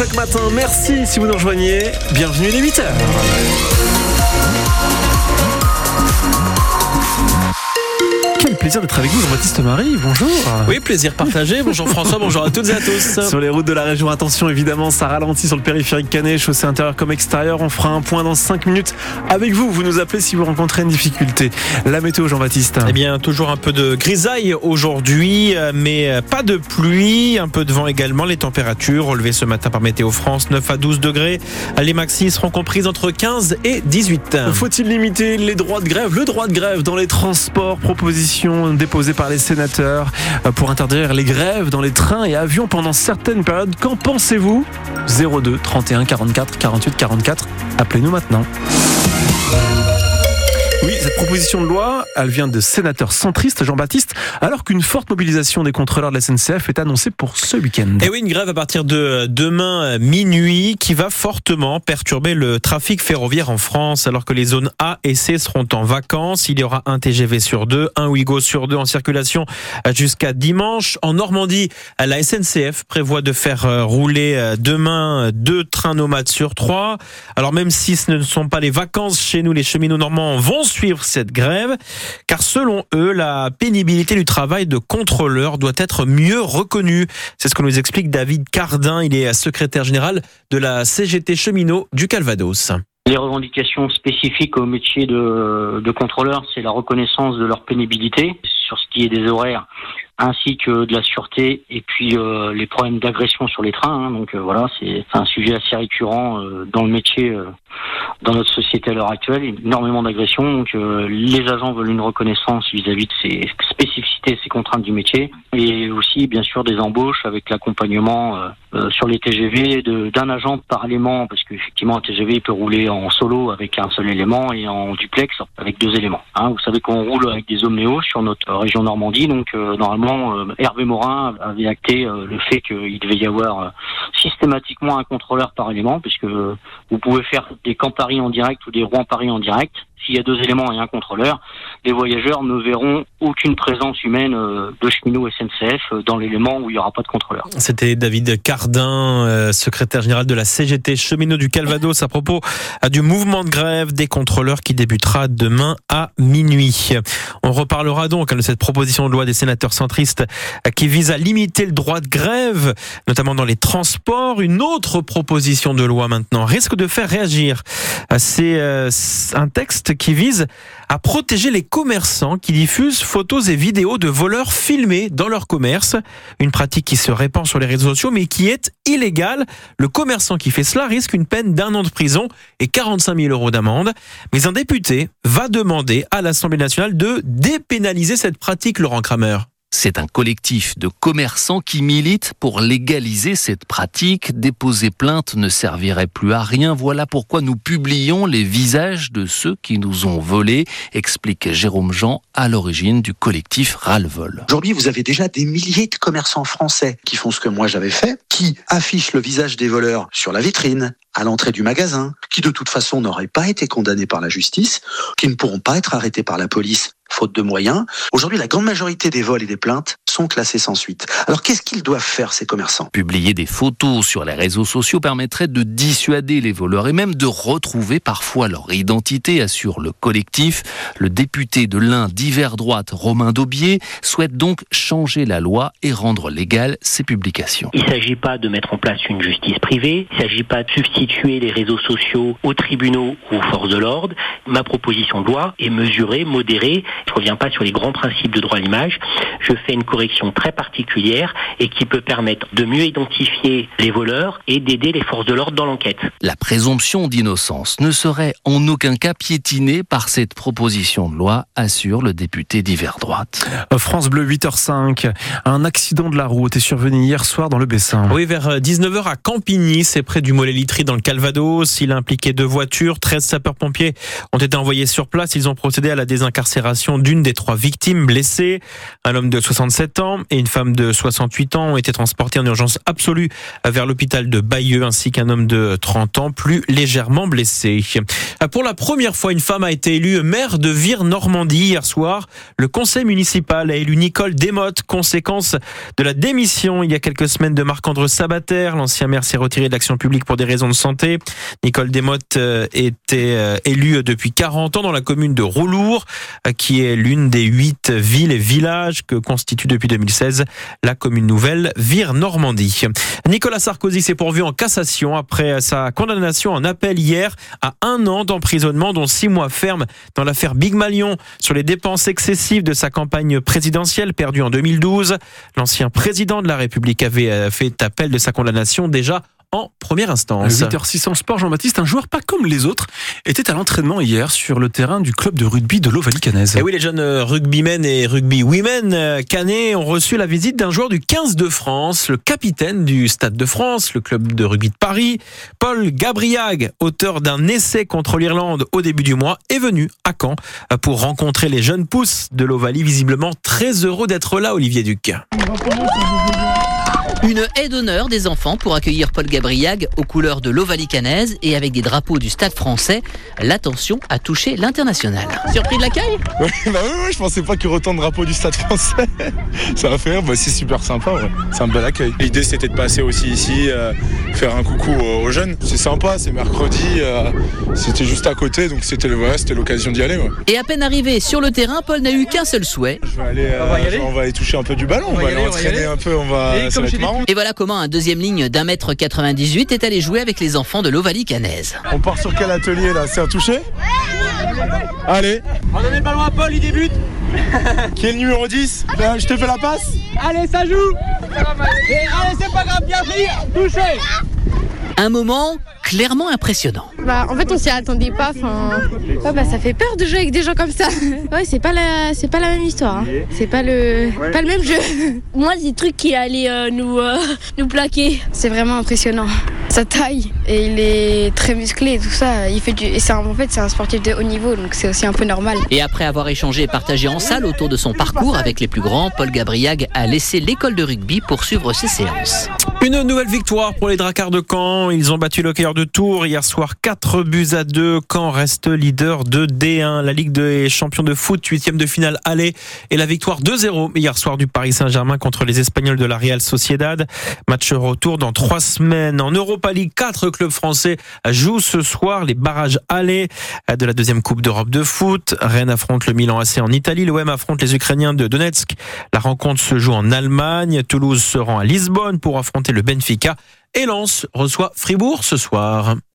chaque matin. Merci si vous nous rejoignez. Bienvenue les 8h. Quel plaisir d'être avec vous, Jean-Baptiste Marie, bonjour. Oui, plaisir partagé. Bonjour François, bonjour à toutes et à tous. Sur les routes de la région, attention évidemment, ça ralentit sur le périphérique Canet, chaussée intérieure comme extérieure. On fera un point dans 5 minutes avec vous. Vous nous appelez si vous rencontrez une difficulté. La météo, Jean-Baptiste. Eh bien, toujours un peu de grisaille aujourd'hui, mais pas de pluie. Un peu de vent également. Les températures relevées ce matin par Météo France, 9 à 12 degrés. Les maxis seront comprises entre 15 et 18. Faut-il limiter les droits de grève? Le droit de grève dans les transports, proposition déposée par les sénateurs pour interdire les grèves dans les trains et avions pendant certaines périodes. Qu'en pensez-vous? 02 31 44 48 44. Appelez-nous maintenant. Oui, cette proposition de loi, elle vient de sénateurs centristes, Jean-Baptiste, alors qu'une forte mobilisation des contrôleurs de la SNCF est annoncée pour ce week-end. Et oui, une grève à partir de demain minuit qui va fortement perturber le trafic ferroviaire en France, alors que les zones A et C seront en vacances. Il y aura un TGV sur 2, un Ouigo sur 2 en circulation jusqu'à dimanche. En Normandie, la SNCF prévoit de faire rouler demain 2 trains nomades sur 3. Alors même si ce ne sont pas les vacances chez nous, les cheminots normands vont suivre cette grève, car selon eux, la pénibilité du travail de contrôleur doit être mieux reconnue. C'est ce que nous explique David Cardin, il est secrétaire général de la CGT cheminot du Calvados. Les revendications spécifiques au métier de contrôleur, c'est la reconnaissance de leur pénibilité sur ce qui est des horaires, ainsi que de la sûreté et puis les problèmes d'agression sur les trains. Donc voilà, c'est un sujet assez récurrent dans le métier, dans notre société à l'heure actuelle. Énormément d'agressions. Donc les agents veulent une reconnaissance vis-à-vis de ces spécificités, ces contraintes du métier, et aussi bien sûr des embauches avec l'accompagnement sur les TGV d'un agent par élément, parce qu'effectivement un TGV peut rouler en solo avec un seul élément et en duplex avec 2 éléments. Vous savez qu'on roule avec des Omnéo sur notre région Normandie, donc normalement Hervé Morin avait acté le fait qu'il devait y avoir systématiquement un contrôleur par élément, puisque vous pouvez faire des Campari en direct ou des Rouen-Paris en direct. S'il y a 2 éléments et un contrôleur, les voyageurs ne verront aucune présence humaine de cheminot SNCF dans l'élément où il n'y aura pas de contrôleur. C'était David Cardin, secrétaire général de la CGT cheminot du Calvados, à propos du mouvement de grève des contrôleurs qui débutera demain à minuit. On reparlera donc de cette proposition de loi des sénateurs centristes qui vise à limiter le droit de grève, notamment dans les transports. Une autre proposition de loi maintenant risque de faire réagir. C'est un texte qui vise à protéger les commerçants qui diffusent photos et vidéos de voleurs filmés dans leur commerce. Une pratique qui se répand sur les réseaux sociaux mais qui est illégale. Le commerçant qui fait cela risque une peine d'1 an de prison et 45 000 € d'amende. Mais un député va demander à l'Assemblée nationale de dépénaliser cette pratique, Laurent Kramer. C'est un collectif de commerçants qui milite pour légaliser cette pratique. Déposer plainte ne servirait plus à rien. Voilà pourquoi nous publions les visages de ceux qui nous ont volés, explique Jérôme Jean, à l'origine du collectif Ras-le-Vol. Aujourd'hui, vous avez déjà des milliers de commerçants français qui font ce que moi j'avais fait, qui affichent le visage des voleurs sur la vitrine, à l'entrée du magasin, qui de toute façon n'auraient pas été condamnés par la justice, qui ne pourront pas être arrêtés par la police faute de moyens. Aujourd'hui, la grande majorité des vols et des plaintes sont classés sans suite. Alors qu'est-ce qu'ils doivent faire, ces commerçants ? Publier des photos sur les réseaux sociaux permettrait de dissuader les voleurs et même de retrouver parfois leur identité, assure le collectif. Le député de l'Ain d'hiver droite, Romain Daubier, souhaite donc changer la loi et rendre légales ces publications. Il ne s'agit pas de mettre en place une justice privée, il ne s'agit pas de substituer les réseaux sociaux aux tribunaux ou aux forces de l'ordre. Ma proposition de loi est mesurée, modérée. Je ne reviens pas sur les grands principes de droit à l'image. Je fais une correction très particulière et qui peut permettre de mieux identifier les voleurs et d'aider les forces de l'ordre dans l'enquête. La présomption d'innocence ne serait en aucun cas piétinée par cette proposition de loi, assure le député d'hiver droite. France Bleu, 8h05. Un accident de la route est survenu hier soir dans le Bessin. Oui, vers 19h à Campigny, c'est près du Mollet-Litry dans le Calvados. Il a impliqué 2 voitures, 13 sapeurs-pompiers ont été envoyés sur place. Ils ont procédé à la désincarcération disparition d'une des 3 victimes blessées. Un homme de 67 ans et une femme de 68 ans ont été transportés en urgence absolue vers l'hôpital de Bayeux, ainsi qu'un homme de 30 ans plus légèrement blessé. Pour la première fois, une femme a été élue maire de Vire-Normandie hier soir. Le conseil municipal a élu Nicole Desmottes, conséquence de la démission il y a quelques semaines de Marc-André Sabater. L'ancien maire s'est retiré de l'action publique pour des raisons de santé. Nicole Desmottes était élue depuis 40 ans dans la commune de Roulour, qui est l'une des 8 villes et villages que constitue depuis 2016 la commune nouvelle Vire-Normandie. Nicolas Sarkozy s'est pourvu en cassation après sa condamnation en appel hier à 1 an d'emprisonnement, dont 6 mois ferme dans l'affaire Big Malion sur les dépenses excessives de sa campagne présidentielle perdue en 2012. L'ancien président de la République avait fait appel de sa condamnation déjà en première instance. 8h06 en sport, Jean-Baptiste, un joueur pas comme les autres était à l'entraînement hier sur le terrain du club de rugby de l'Ovalie-Canaise. Et oui, les jeunes rugbymen et rugbywomen canets ont reçu la visite d'un joueur du 15 de France, le capitaine du Stade de France, le club de rugby de Paris. Paul Gabriag, auteur d'un essai contre l'Irlande au début du mois, est venu à Caen pour rencontrer les jeunes pousses de l'Ovalie, visiblement très heureux d'être là, Olivier Duc. Une haie d'honneur des enfants pour accueillir Paul Gabriag aux couleurs de l'Ovalie-Canaise et avec des drapeaux du Stade français. L'attention a touché l'international. Surpris de l'accueil ? Oui, je pensais pas qu'il y aurait autant de drapeaux du Stade français. Ça va faire, c'est super sympa, ouais. C'est un bel accueil. L'idée c'était de passer aussi ici, faire un coucou aux jeunes. C'est sympa, c'est mercredi, c'était juste à côté, donc c'était l'occasion d'y aller. Ouais. Et à peine arrivé sur le terrain, Paul n'a eu qu'un seul souhait. On va aller toucher un peu du ballon, on va aller entraîner un peu, ça va être marrant. Et voilà comment un deuxième ligne d'1m98 est allé jouer avec les enfants de l'Ovalie-Canaise. On part sur quel atelier là ? C'est un toucher ? Allez. On va donner le ballon à Paul, il débute. Qui est le numéro 10 ? Je te fais la passe ? Allez, ça joue. Allez, c'est pas grave, bien pris. Touché. Un moment clairement impressionnant. En fait, on s'y attendait pas. Ça fait peur de jouer avec des gens comme ça. Ouais, c'est pas la même histoire. Hein. C'est pas le même jeu. Moi, des trucs qui allaient nous plaquer. C'est vraiment impressionnant. Sa taille et il est très musclé, tout ça. C'est un sportif de haut niveau, donc c'est aussi un peu normal. Et après avoir échangé et partagé en salle autour de son parcours avec les plus grands, Paul Gabriag a laissé l'école de rugby poursuivre ses séances. Une nouvelle victoire pour les Dracards de Caen. Ils ont battu l'Hockeyeur de Tours hier soir 4-2. Caen reste leader de D1. La Ligue des champions de foot, 8e de finale aller. Et la victoire 2-0 hier soir du Paris Saint-Germain contre les Espagnols de la Real Sociedad. Match retour dans 3 semaines. En Europa League, 4 clubs français jouent ce soir les barrages aller de la 2e Coupe d'Europe de foot. Rennes affronte le Milan AC en Italie. L'OM affronte les Ukrainiens de Donetsk. La rencontre se joue en Allemagne. Toulouse se rend à Lisbonne pour affronter le Benfica. Et Lens reçoit Fribourg ce soir.